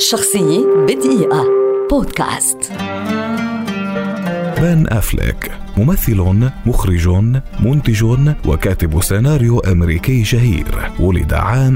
شخصية بدقيقة بودكاست. بن أفليك ممثل، مخرج، منتج وكاتب سيناريو أمريكي شهير. ولد عام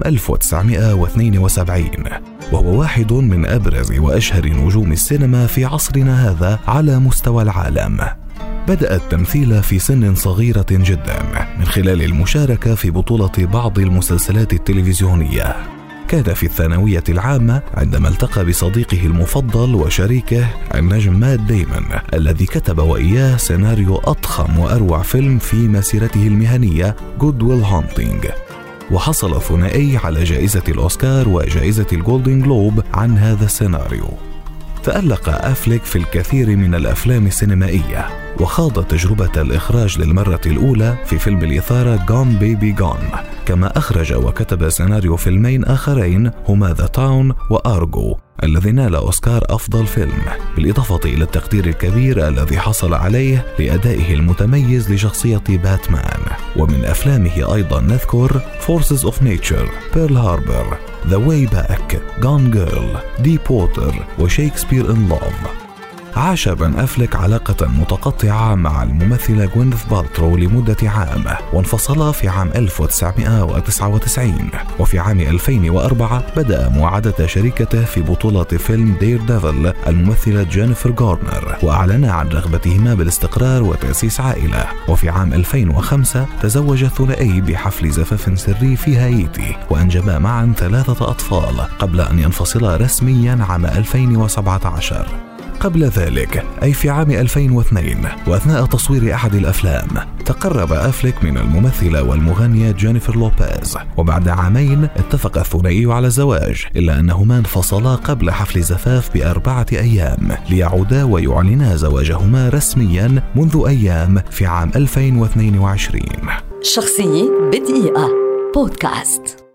1972 وهو واحد من أبرز وأشهر نجوم السينما في عصرنا هذا على مستوى العالم. بدأ التمثيل في سن صغيرة جدا من خلال المشاركة في بطولة بعض المسلسلات التلفزيونية. كان في الثانوية العامة عندما التقى بصديقه المفضل وشريكه النجم مات ديمون، الذي كتب وإياه سيناريو أضخم وأروع فيلم في مسيرته المهنية، Good Will Hunting، وحصل الثنائي على جائزة الأوسكار وجائزة الجولدن جلوب عن هذا السيناريو. تألق أفليك في الكثير من الأفلام السينمائية، وخاض تجربة الإخراج للمرة الأولى في فيلم الإثارة Gone Baby Gone، كما أخرج وكتب سيناريو فيلمين آخرين هما The Town وأرجو الذي نال أوسكار أفضل فيلم، بالإضافة إلى التقدير الكبير الذي حصل عليه لأدائه المتميز لشخصية باتمان. ومن أفلامه أيضا نذكر Forces of Nature، Pearl Harbor، The Way Back، Gone Girl، Deep Water وشيكسبير in Love. عاش بن أفليك علاقة متقطعة مع الممثلة غوينيث بالترو لمدة عام، وانفصلا في عام 1999. وفي عام 2004 بدأ مواعدة شريكته في بطولة فيلم دير ديفل الممثلة جينيفر غارنر، وأعلنا عن رغبتهما بالاستقرار وتأسيس عائلة. وفي عام 2005 تزوج الثنائي بحفل زفاف سري في هايتي، وأنجبا معا 3 أطفال قبل أن ينفصلا رسميا عام 2017. قبل ذلك أي في عام 2002 وأثناء تصوير أحد الأفلام تقرب أفليك من الممثلة والمغنية جينيفر لوبيز، وبعد عامين اتفق الثنائي على الزواج، إلا أنهما انفصلا قبل حفل زفاف ب4 أيام ليعودا ويعلنا زواجهما رسميا منذ أيام في عام 2022. شخصية بدقيقة بودكاست.